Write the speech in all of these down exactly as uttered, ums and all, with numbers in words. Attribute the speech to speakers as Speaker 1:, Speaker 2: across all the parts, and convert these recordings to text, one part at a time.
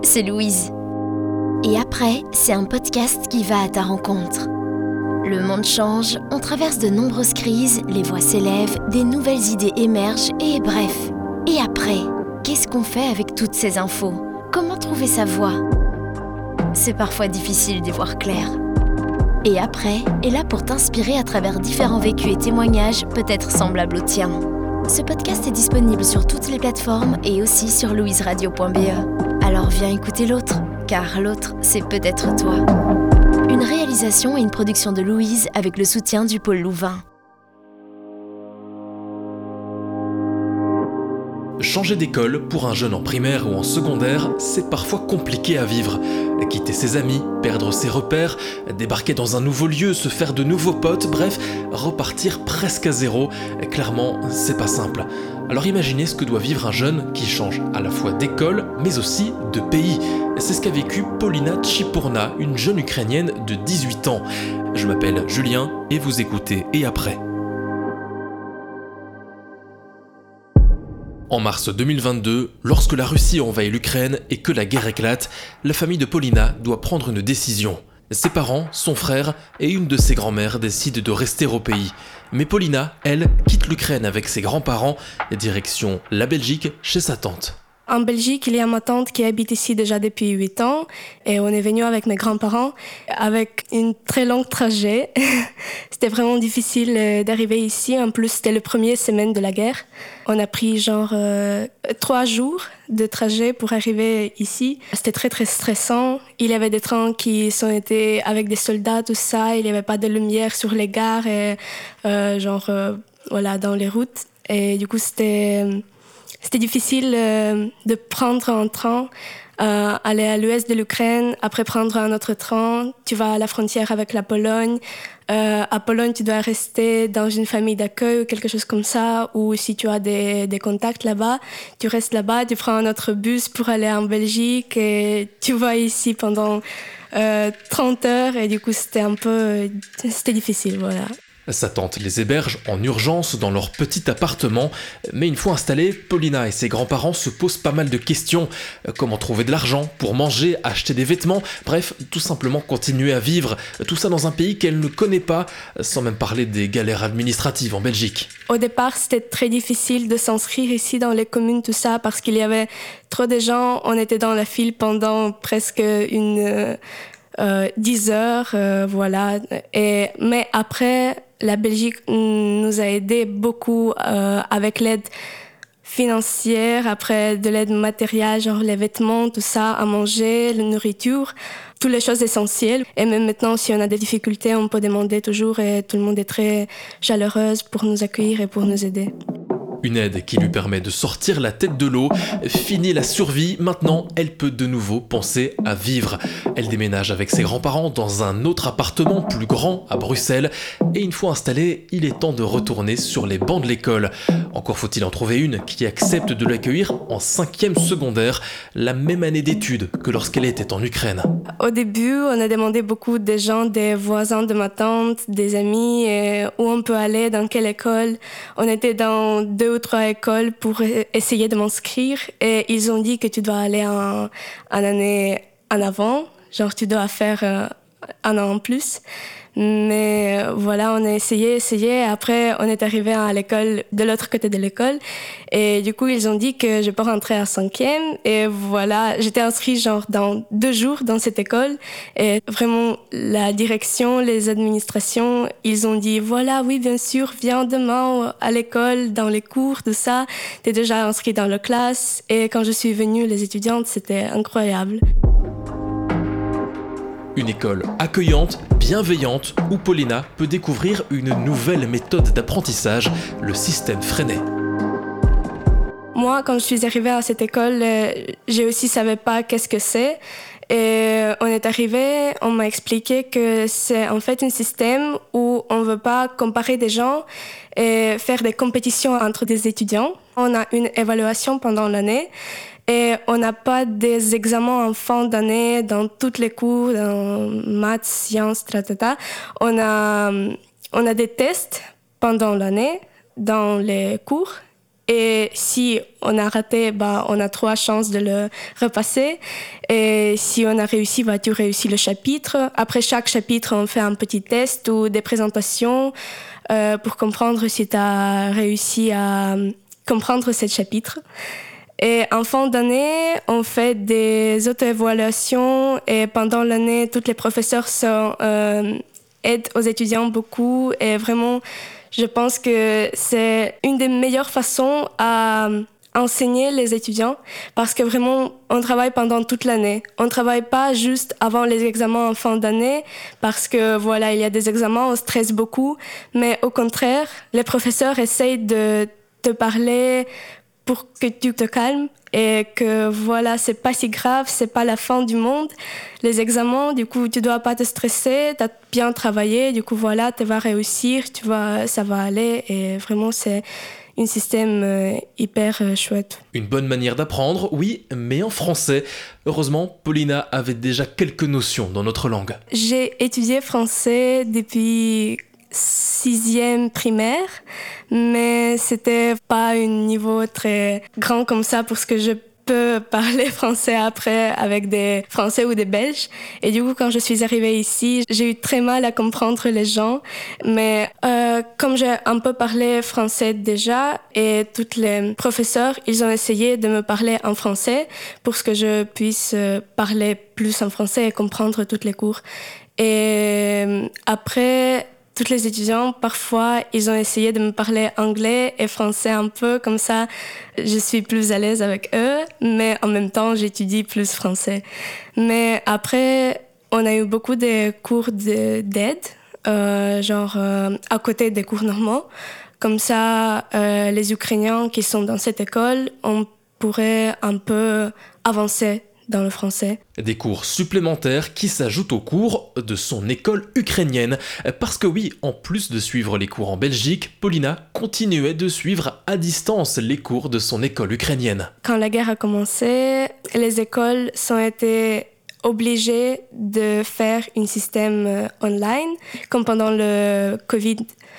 Speaker 1: c'est Louise. Et après, c'est un podcast qui va à ta rencontre. Le monde change, on traverse de nombreuses crises, les voix s'élèvent, des nouvelles idées émergent et bref. Et après, qu'est-ce qu'on fait avec toutes ces infos ? Comment trouver sa voie ? C'est parfois difficile d'y voir clair. Et après est là pour t'inspirer à travers différents vécus et témoignages peut-être semblables aux tiens. Ce podcast est disponible sur toutes les plateformes et aussi sur louise radio point b e. Alors viens écouter l'autre, car l'autre, c'est peut-être toi. Une réalisation et une production de Louise avec le soutien du pôle Louvain.
Speaker 2: Changer d'école pour un jeune en primaire ou en secondaire, c'est parfois compliqué à vivre. Quitter ses amis, perdre ses repères, débarquer dans un nouveau lieu, se faire de nouveaux potes, bref, repartir presque à zéro, clairement, c'est pas simple. Alors imaginez ce que doit vivre un jeune qui change à la fois d'école, mais aussi de pays. C'est ce qu'a vécu Paulina Tchipourna, une jeune Ukrainienne de dix-huit ans. Je m'appelle Julien et vous écoutez Et après. En mars deux mille vingt-deux, lorsque la Russie envahit l'Ukraine et que la guerre éclate, la famille de Paulina doit prendre une décision. Ses parents, son frère et une de ses grand-mères décident de rester au pays. Mais Paulina, elle, quitte l'Ukraine avec ses grands-parents, direction la Belgique chez sa tante.
Speaker 3: En Belgique, il y a ma tante qui habite ici déjà depuis huit ans et on est venu avec mes grands-parents avec une très longue trajet. C'était vraiment difficile d'arriver ici. En plus, c'était le premier semaine de la guerre. On a pris genre euh, trois jours de trajet pour arriver ici. C'était très très stressant. Il y avait des trains qui sont été avec des soldats, tout ça. Il n'y avait pas de lumière sur les gares et euh, genre euh, voilà dans les routes. Et du coup, c'était C'était difficile euh, de prendre un train, euh, aller à l'ouest de l'Ukraine, après prendre un autre train, tu vas à la frontière avec la Pologne. Euh, à Pologne, tu dois rester dans une famille d'accueil ou quelque chose comme ça, ou si tu as des, des contacts là-bas, tu restes là-bas, tu prends un autre bus pour aller en Belgique et tu vas ici pendant euh, trente heures et du coup, c'était un peu... C'était difficile, voilà.
Speaker 2: Sa tante les héberge en urgence dans leur petit appartement, mais une fois installés, Paulina et ses grands-parents se posent pas mal de questions. Comment trouver de l'argent pour manger, acheter des vêtements, bref, tout simplement continuer à vivre, tout ça dans un pays qu'elle ne connaît pas, sans même parler des galères administratives en Belgique.
Speaker 3: Au départ, c'était très difficile de s'inscrire ici dans les communes, tout ça, parce qu'il y avait trop de gens, on était dans la file pendant presque une... Euh, dix heures, euh, voilà. Et, mais après, la Belgique nous a aidés beaucoup euh, avec l'aide financière, après de l'aide matérielle, genre les vêtements, tout ça, à manger, la nourriture, toutes les choses essentielles. Et même maintenant, si on a des difficultés, on peut demander toujours et tout le monde est très chaleureuse pour nous accueillir et pour nous aider.
Speaker 2: Une aide qui lui permet de sortir la tête de l'eau. Fini la survie, maintenant elle peut de nouveau penser à vivre. Elle déménage avec ses grands-parents dans un autre appartement plus grand à Bruxelles. Et une fois installée, il est temps de retourner sur les bancs de l'école. Encore faut-il en trouver une qui accepte de l'accueillir en cinquième secondaire, la même année d'études que lorsqu'elle était en Ukraine.
Speaker 3: Au début, on a demandé beaucoup des gens, des voisins de ma tante, des amis, et où on peut aller, dans quelle école. On était dans deux ou trois écoles pour essayer de m'inscrire et ils ont dit que tu dois aller en, en année en avant, genre tu dois faire euh, un an en plus. Mais voilà, on a essayé, essayé. Après, on est arrivé à l'école, de l'autre côté de l'école. Et du coup, ils ont dit que je peux rentrer à cinquième. Et voilà, j'étais inscrite genre dans deux jours dans cette école. Et vraiment, la direction, les administrations, ils ont dit, voilà, oui, bien sûr, viens demain à l'école, dans les cours, tout ça. T'es déjà inscrit dans la classe. Et quand je suis venue, les étudiantes, c'était incroyable.
Speaker 2: Une école accueillante, bienveillante, où Paulina peut découvrir une nouvelle méthode d'apprentissage, le système Freinet.
Speaker 3: Moi, quand je suis arrivée à cette école, euh, j'ai aussi savais pas qu'est-ce que c'est. Et on est arrivé, on m'a expliqué que c'est en fait un système où on veut pas comparer des gens et faire des compétitions entre des étudiants. On a une évaluation pendant l'année. Et on n'a pas des examens en fin d'année dans tous les cours, dans maths, sciences, tratata. On a, on a des tests pendant l'année dans les cours Et si on a raté, bah, on a trois chances de le repasser. Et si on a réussi, bah, tu réussis le chapitre. Après chaque chapitre, on fait un petit test ou des présentations euh, pour comprendre si tu as réussi à comprendre ce chapitre. Et en fin d'année, on fait des auto-évaluations et pendant l'année, tous les professeurs sont, euh, aident aux étudiants beaucoup et vraiment... Je pense que c'est une des meilleures façons à enseigner les étudiants parce que vraiment, on travaille pendant toute l'année. On ne travaille pas juste avant les examens en fin d'année parce que voilà, il y a des examens, on stresse beaucoup. Mais au contraire, les professeurs essayent de te parler pour que tu te calmes et que voilà, c'est pas si grave, c'est pas la fin du monde. Les examens, du coup, tu dois pas te stresser, tu as bien travaillé, du coup, voilà, tu vas réussir, tu vas, ça va aller et vraiment, c'est un système euh, hyper euh, chouette.
Speaker 2: Une bonne manière d'apprendre, oui, mais en français. Heureusement, Paulina avait déjà quelques notions dans notre langue.
Speaker 3: J'ai étudié français depuis sixième primaire, mais c'était pas un niveau très grand comme ça pour ce que je peux parler français après avec des Français ou des Belges. Et du coup, quand je suis arrivée ici, j'ai eu très mal à comprendre les gens. Mais euh, comme j'ai un peu parlé français déjà, et tous les professeurs, ils ont essayé de me parler en français pour que je puisse parler plus en français et comprendre tous les cours. Et après... Tous les étudiants, parfois, ils ont essayé de me parler anglais et français un peu, comme ça, je suis plus à l'aise avec eux, mais en même temps, j'étudie plus français. Mais après, on a eu beaucoup de cours de, d'aide, euh, genre euh, à côté des cours normaux. Comme ça, euh, les Ukrainiens qui sont dans cette école, on pourrait un peu avancer dans le français.
Speaker 2: Des cours supplémentaires qui s'ajoutent aux cours de son école ukrainienne. Parce que oui, en plus de suivre les cours en Belgique, Paulina continuait de suivre à distance les cours de son école ukrainienne.
Speaker 3: Quand la guerre a commencé, les écoles ont été obligées de faire un système online, comme pendant le Covid.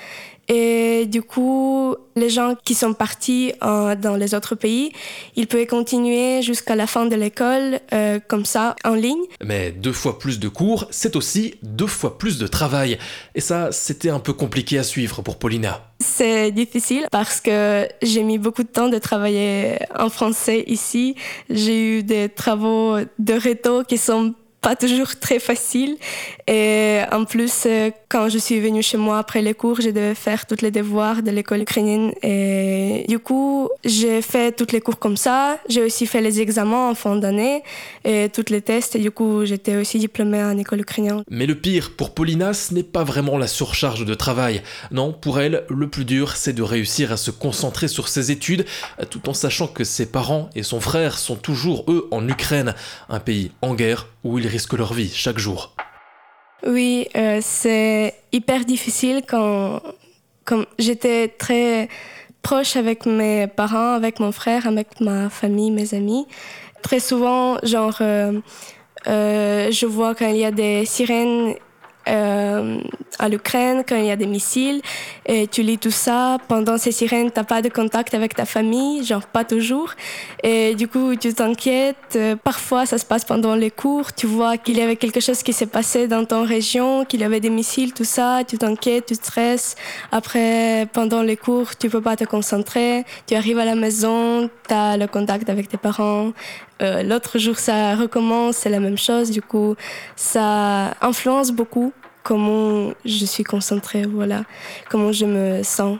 Speaker 3: Et du coup, les gens qui sont partis euh, dans les autres pays, ils pouvaient continuer jusqu'à la fin de l'école, euh, comme ça, en ligne.
Speaker 2: Mais deux fois plus de cours, c'est aussi deux fois plus de travail. Et ça, c'était un peu compliqué à suivre pour Paulina.
Speaker 3: C'est difficile parce que j'ai mis beaucoup de temps de travailler en français ici. J'ai eu des travaux de réto qui sont pas toujours très facile. Et en plus, quand je suis venue chez moi après les cours, je devais faire tous les devoirs de l'école ukrainienne. Et du coup, j'ai fait tous les cours comme ça. J'ai aussi fait les examens en fin d'année et tous les tests. Et du coup, j'étais aussi diplômée en école ukrainienne.
Speaker 2: Mais le pire pour Paulina, ce n'est pas vraiment la surcharge de travail. Non, pour elle, le plus dur, c'est de réussir à se concentrer sur ses études, tout en sachant que ses parents et son frère sont toujours, eux, en Ukraine, un pays en guerre où ils risquent leur vie chaque jour.
Speaker 3: Oui, euh, c'est hyper difficile quand, quand j'étais très proche avec mes parents, avec mon frère, avec ma famille, mes amis. Très souvent, genre, euh, euh, je vois quand il y a des sirènes euh, à l'Ukraine, quand il y a des missiles, et tu lis tout ça. Pendant ces sirènes, t'as pas de contact avec ta famille, genre pas toujours. Et du coup, tu t'inquiètes. Parfois, ça se passe pendant les cours. Tu vois qu'il y avait quelque chose qui s'est passé dans ton région, qu'il y avait des missiles, tout ça. Tu t'inquiètes, tu stresses. Après, pendant les cours, tu peux pas te concentrer. Tu arrives à la maison, t'as le contact avec tes parents. Euh, l'autre jour, ça recommence, c'est la même chose. Du coup, ça influence beaucoup comment je suis concentrée, voilà, comment je me sens.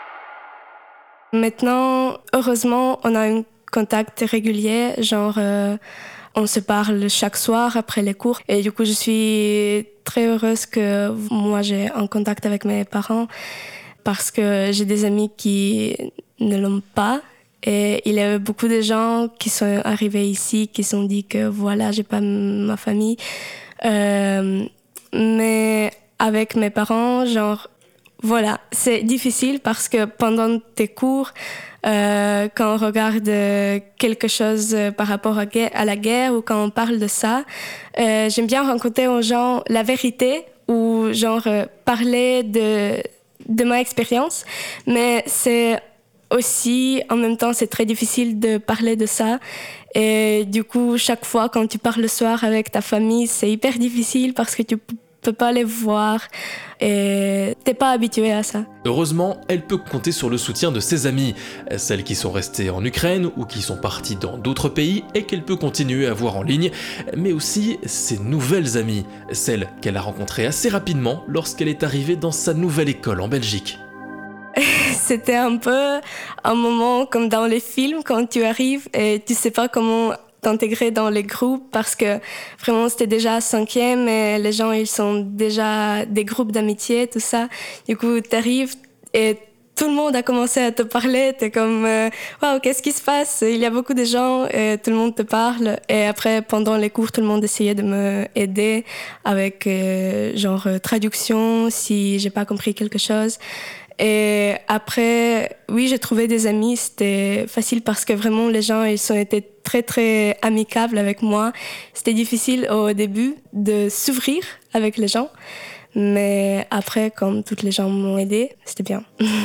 Speaker 3: Maintenant, heureusement, on a un contact régulier, genre euh, on se parle chaque soir après les cours. Et du coup, je suis très heureuse que moi, j'ai un contact avec mes parents parce que j'ai des amis qui ne l'ont pas. Et il y avait beaucoup de gens qui sont arrivés ici, qui se sont dit que voilà, j'ai pas ma famille. Euh, mais avec mes parents, genre, voilà, c'est difficile parce que pendant tes cours, euh, quand on regarde quelque chose par rapport à, à la guerre ou quand on parle de ça, euh, j'aime bien raconter aux gens la vérité ou genre euh, parler de, de ma expérience, mais c'est aussi, en même temps, c'est très difficile de parler de ça. Et du coup, chaque fois, quand tu parles le soir avec ta famille, c'est hyper difficile parce que tu peux pas les voir et t'es pas habitué à ça.
Speaker 2: Heureusement, elle peut compter sur le soutien de ses amies, celles qui sont restées en Ukraine ou qui sont parties dans d'autres pays et qu'elle peut continuer à voir en ligne, mais aussi ses nouvelles amies, celles qu'elle a rencontrées assez rapidement lorsqu'elle est arrivée dans sa nouvelle école en Belgique.
Speaker 3: C'était un peu un moment comme dans les films quand tu arrives et tu sais pas comment t'intégrer dans les groupes parce que vraiment c'était déjà cinquième et les gens ils sont déjà des groupes d'amitié, tout ça. Du coup t'arrives et tout le monde a commencé à te parler, t'es comme euh, waouh, qu'est-ce qui se passe? Il y a beaucoup de gens et tout le monde te parle. Et après pendant les cours tout le monde essayait de me aider avec euh, genre euh, traduction si j'ai pas compris quelque chose. Et après, oui, j'ai trouvé des amis, c'était facile parce que vraiment les gens, ils ont été très, très amicables avec moi. C'était difficile au début de s'ouvrir avec les gens, mais après, comme toutes les gens m'ont aidé, c'était bien.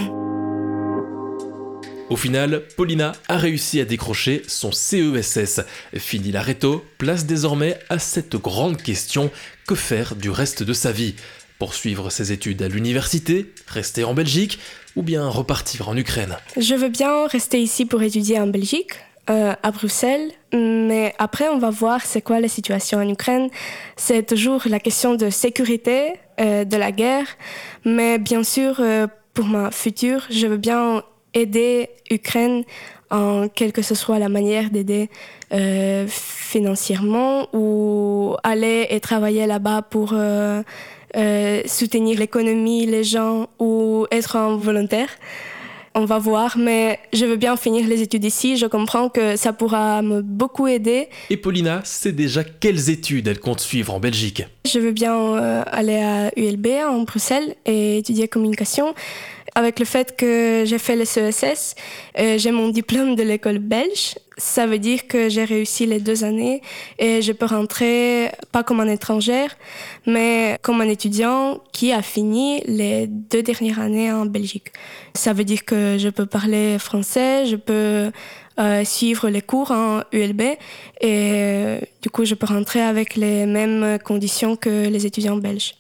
Speaker 2: Au final, Paulina a réussi à décrocher son C E S S. Fini la réto, place désormais à cette grande question, que faire du reste de sa vie ? Poursuivre ses études à l'université, rester en Belgique ou bien repartir en Ukraine?
Speaker 3: Je veux bien rester ici pour étudier en Belgique, euh, à Bruxelles, mais après on va voir c'est quoi la situation en Ukraine. C'est toujours la question de sécurité, euh, de la guerre, mais bien sûr euh, pour ma future, je veux bien aider l'Ukraine en quelle que ce soit la manière d'aider euh, financièrement ou aller et travailler là-bas pour euh, euh, soutenir l'économie, les gens ou être un volontaire. On va voir, mais je veux bien finir les études ici. Je comprends que ça pourra me beaucoup aider.
Speaker 2: Et Paulina sait déjà quelles études elle compte suivre en Belgique.
Speaker 3: Je veux bien euh, aller à U L B en Bruxelles et étudier communication. Avec le fait que j'ai fait le C E S S, euh, j'ai mon diplôme de l'école belge. Ça veut dire que j'ai réussi les deux années et je peux rentrer pas comme un étrangère, mais comme un étudiant qui a fini les deux dernières années en Belgique. Ça veut dire que je peux parler français, je peux euh, suivre les cours en U L B et euh, du coup je peux rentrer avec les mêmes conditions que les étudiants belges.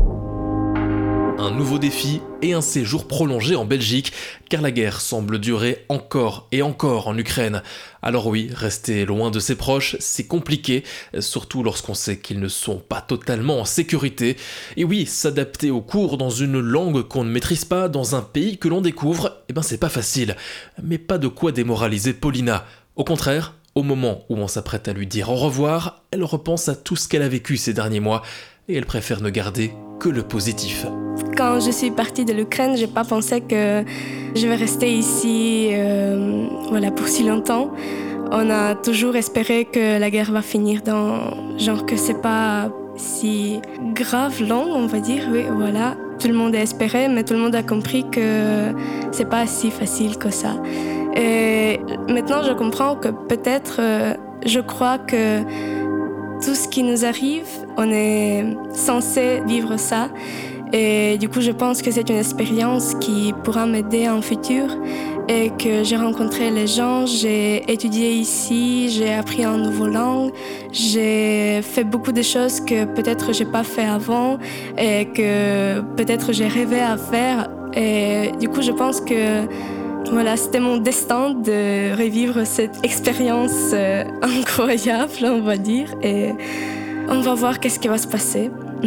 Speaker 2: Un nouveau défi et un séjour prolongé en Belgique, car la guerre semble durer encore et encore en Ukraine. Alors oui, rester loin de ses proches, c'est compliqué, surtout lorsqu'on sait qu'ils ne sont pas totalement en sécurité. Et oui, s'adapter aux cours dans une langue qu'on ne maîtrise pas, dans un pays que l'on découvre, eh ben c'est pas facile. Mais pas de quoi démoraliser Paulina. Au contraire, au moment où on s'apprête à lui dire au revoir, elle repense à tout ce qu'elle a vécu ces derniers mois, et elle préfère ne garder que le positif.
Speaker 3: Quand je suis partie de l'Ukraine, j'ai pas pensé que je vais rester ici euh, voilà, pour si longtemps. On a toujours espéré que la guerre va finir dans... Genre que c'est pas si grave long, on va dire, oui, voilà. Tout le monde a espéré, mais tout le monde a compris que c'est pas si facile que ça. Et maintenant, je comprends que peut-être, euh, je crois que tout ce qui nous arrive, on est censé vivre ça. Et du coup, je pense que c'est une expérience qui pourra m'aider en futur et que j'ai rencontré les gens, j'ai étudié ici, j'ai appris une nouvelle langue, j'ai fait beaucoup de choses que peut-être j'ai pas fait avant et que peut-être j'ai rêvé à faire. Et du coup, je pense que voilà, c'était mon destin de revivre cette expérience euh, incroyable, on va dire. Et on va voir qu'est-ce qui va se passer.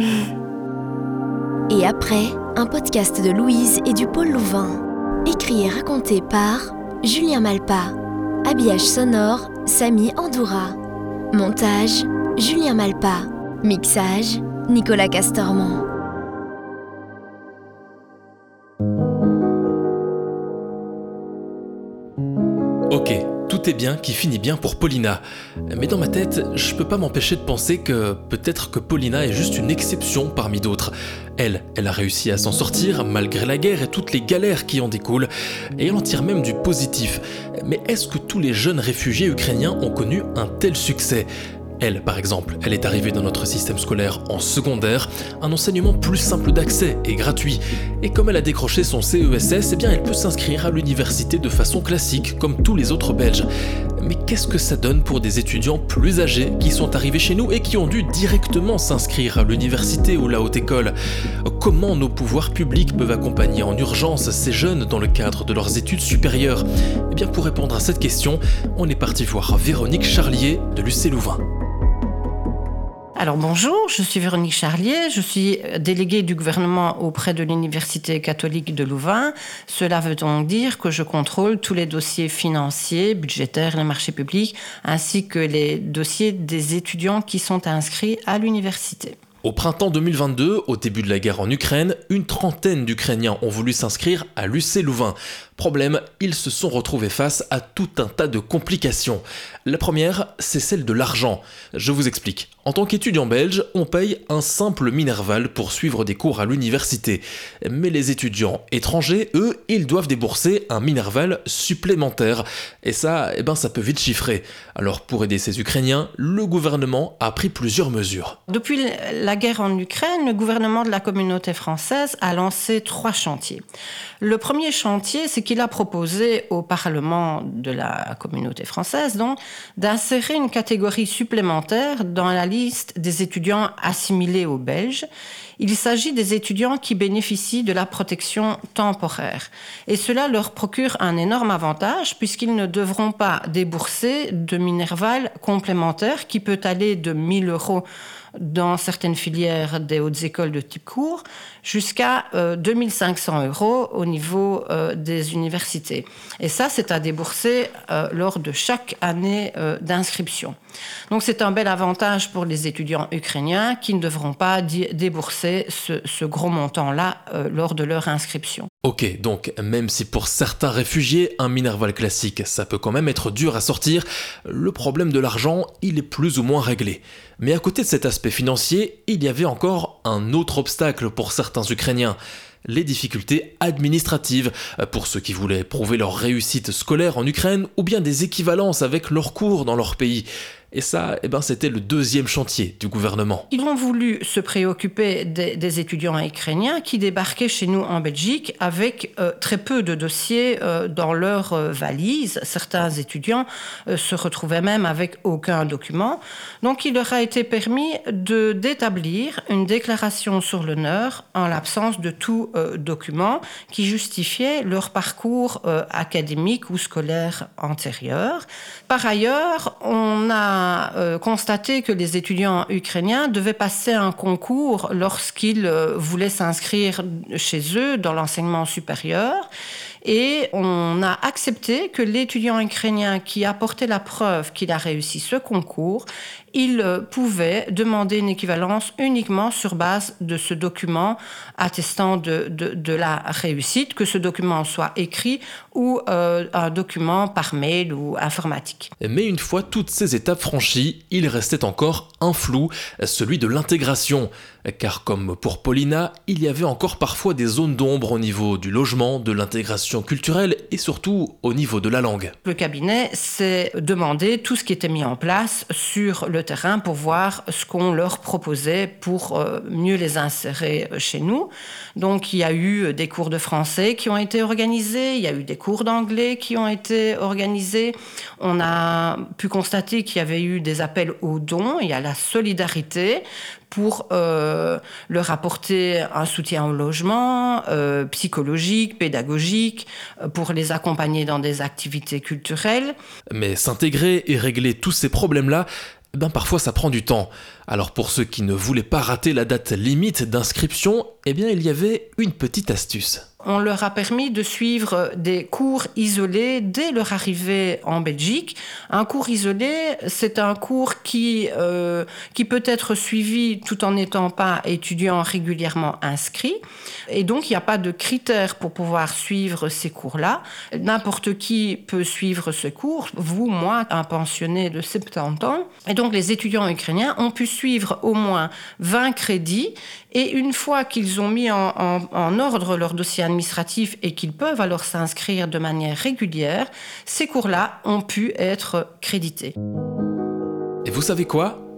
Speaker 1: Et après, un podcast de Louise et du Pôle Louvain. Écrit et raconté par Julien Malpa. Habillage sonore, Samy Andoura. Montage, Julien Malpa. Mixage, Nicolas Castormont.
Speaker 2: Ok, tout est bien qui finit bien pour Paulina. Mais dans ma tête, je peux pas m'empêcher de penser que peut-être que Paulina est juste une exception parmi d'autres. Elle, elle a réussi à s'en sortir malgré la guerre et toutes les galères qui en découlent, et elle en tire même du positif. Mais est-ce que tous les jeunes réfugiés ukrainiens ont connu un tel succès ? Elle, par exemple, elle est arrivée dans notre système scolaire en secondaire, un enseignement plus simple d'accès et gratuit. Et comme elle a décroché son C E S S, eh bien elle peut s'inscrire à l'université de façon classique, comme tous les autres Belges. Mais qu'est-ce que ça donne pour des étudiants plus âgés qui sont arrivés chez nous et qui ont dû directement s'inscrire à l'université ou la haute école ? Comment nos pouvoirs publics peuvent accompagner en urgence ces jeunes dans le cadre de leurs études supérieures ? Eh bien pour répondre à cette question, on est parti voir Véronique Charlier de l'U C Louvain.
Speaker 4: Alors bonjour, je suis Véronique Charlier, je suis déléguée du gouvernement auprès de l'Université catholique de Louvain. Cela veut donc dire que je contrôle tous les dossiers financiers, budgétaires, les marchés publics, ainsi que les dossiers des étudiants qui sont inscrits à l'université.
Speaker 2: Au printemps deux mille vingt-deux, au début de la guerre en Ukraine, une trentaine d'Ukrainiens ont voulu s'inscrire à l'U C Louvain. Problème, ils se sont retrouvés face à tout un tas de complications. La première, c'est celle de l'argent. Je vous explique. En tant qu'étudiant belge, on paye un simple minerval pour suivre des cours à l'université. Mais les étudiants étrangers, eux, ils doivent débourser un minerval supplémentaire. Et ça, eh ben, ça peut vite chiffrer. Alors pour aider ces Ukrainiens, le gouvernement a pris plusieurs mesures.
Speaker 4: Depuis la guerre en Ukraine, le gouvernement de la communauté française a lancé trois chantiers. Le premier chantier, c'est qu'il a proposé au Parlement de la communauté française donc, d'insérer une catégorie supplémentaire dans la liste des étudiants assimilés aux Belges. Il s'agit des étudiants qui bénéficient de la protection temporaire. Et cela leur procure un énorme avantage puisqu'ils ne devront pas débourser de minerval complémentaire qui peut aller de mille euros dans certaines filières des hautes écoles de type cours, jusqu'à euh, deux mille cinq cents euros au niveau euh, des universités. Et ça, c'est à débourser euh, lors de chaque année euh, d'inscription. Donc c'est un bel avantage pour les étudiants ukrainiens qui ne devront pas di- débourser ce, ce gros montant-là euh, lors de leur inscription.
Speaker 2: Ok, donc même si pour certains réfugiés, un minerval classique, ça peut quand même être dur à sortir, le problème de l'argent, il est plus ou moins réglé. Mais à côté de cet aspect financier, il y avait encore un autre obstacle pour certains Ukrainiens. Les difficultés administratives, pour ceux qui voulaient prouver leur réussite scolaire en Ukraine ou bien des équivalences avec leurs cours dans leur pays. Et ça, eh ben, c'était le deuxième chantier du gouvernement.
Speaker 4: Ils ont voulu se préoccuper des, des étudiants ukrainiens qui débarquaient chez nous en Belgique avec euh, très peu de dossiers euh, dans leurs euh, valises. Certains étudiants euh, se retrouvaient même avec aucun document. Donc il leur a été permis de, d'établir une déclaration sur l'honneur en l'absence de tout euh, document qui justifiait leur parcours euh, académique ou scolaire antérieur. Par ailleurs, on a Euh, constaté que les étudiants ukrainiens devaient passer un concours lorsqu'ils euh, voulaient s'inscrire chez eux dans l'enseignement supérieur. Et on a accepté que l'étudiant ukrainien qui apportait la preuve qu'il a réussi ce concours, il pouvait demander une équivalence uniquement sur base de ce document attestant de, de, de la réussite, que ce document soit écrit ou euh, un document par mail ou informatique.
Speaker 2: Mais une fois toutes ces étapes franchies, il restait encore un flou, celui de l'intégration. Car comme pour Paulina, il y avait encore parfois des zones d'ombre au niveau du logement, de l'intégration culturelle et surtout au niveau de la langue.
Speaker 4: Le cabinet s'est demandé tout ce qui était mis en place sur le terrain pour voir ce qu'on leur proposait pour euh, mieux les insérer chez nous. Donc il y a eu des cours de français qui ont été organisés, il y a eu des cours d'anglais qui ont été organisés. On a pu constater qu'il y avait eu des appels aux dons et à la solidarité pour euh, leur apporter un soutien au logement, euh, psychologique, pédagogique, euh, pour les accompagner dans des activités culturelles.
Speaker 2: Mais s'intégrer et régler tous ces problèmes-là, ben parfois ça prend du temps. Alors pour ceux qui ne voulaient pas rater la date limite d'inscription, eh bien il y avait une petite astuce.
Speaker 4: On leur a permis de suivre des cours isolés dès leur arrivée en Belgique. Un cours isolé, c'est un cours qui, euh, qui peut être suivi tout en n'étant pas étudiant régulièrement inscrit. Et donc, il n'y a pas de critères pour pouvoir suivre ces cours-là. N'importe qui peut suivre ce cours. Vous, moi, un pensionné de soixante-dix ans. Et donc, les étudiants ukrainiens ont pu suivre au moins vingt crédits. Et une fois qu'ils ont mis en, en, en ordre leur dossier administratif et qu'ils peuvent alors s'inscrire de manière régulière, ces cours-là ont pu être crédités.
Speaker 2: Et vous savez quoi ?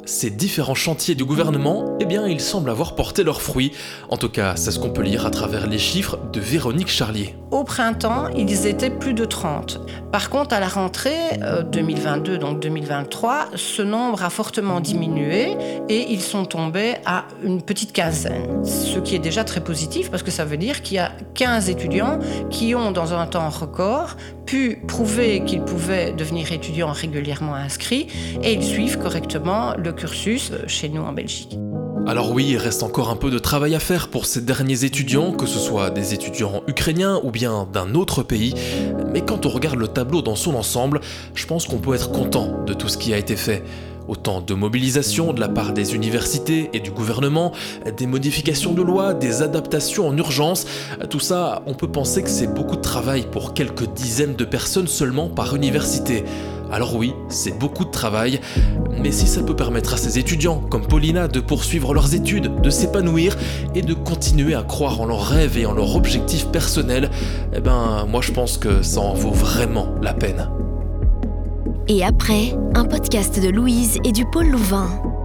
Speaker 2: ces différents chantiers du gouvernement, eh bien, ils semblent avoir porté leurs fruits. En tout cas, c'est ce qu'on peut lire à travers les chiffres de Véronique Charlier.
Speaker 4: Au printemps, ils étaient plus de trente. Par contre, à la rentrée euh, deux mille vingt-deux, donc deux mille vingt-trois, ce nombre a fortement diminué et ils sont tombés à une petite quinzaine. Ce qui est déjà très positif parce que ça veut dire qu'il y a quinze étudiants qui ont, dans un temps record, pu prouver qu'ils pouvaient devenir étudiants régulièrement inscrits et ils suivent correctement le cursus chez nous en Belgique.
Speaker 2: Alors oui, il reste encore un peu de travail à faire pour ces derniers étudiants, que ce soit des étudiants ukrainiens ou bien d'un autre pays, mais quand on regarde le tableau dans son ensemble, je pense qu'on peut être content de tout ce qui a été fait. Autant de mobilisation de la part des universités et du gouvernement, des modifications de loi, des adaptations en urgence, tout ça, on peut penser que c'est beaucoup de travail pour quelques dizaines de personnes seulement par université. Alors oui, c'est beaucoup de travail, mais si ça peut permettre à ces étudiants, comme Paulina, de poursuivre leurs études, de s'épanouir et de continuer à croire en leurs rêves et en leurs objectifs personnels, eh ben, moi je pense que ça en vaut vraiment la peine.
Speaker 1: Et après, un podcast de Louise et du Pôle Louvain.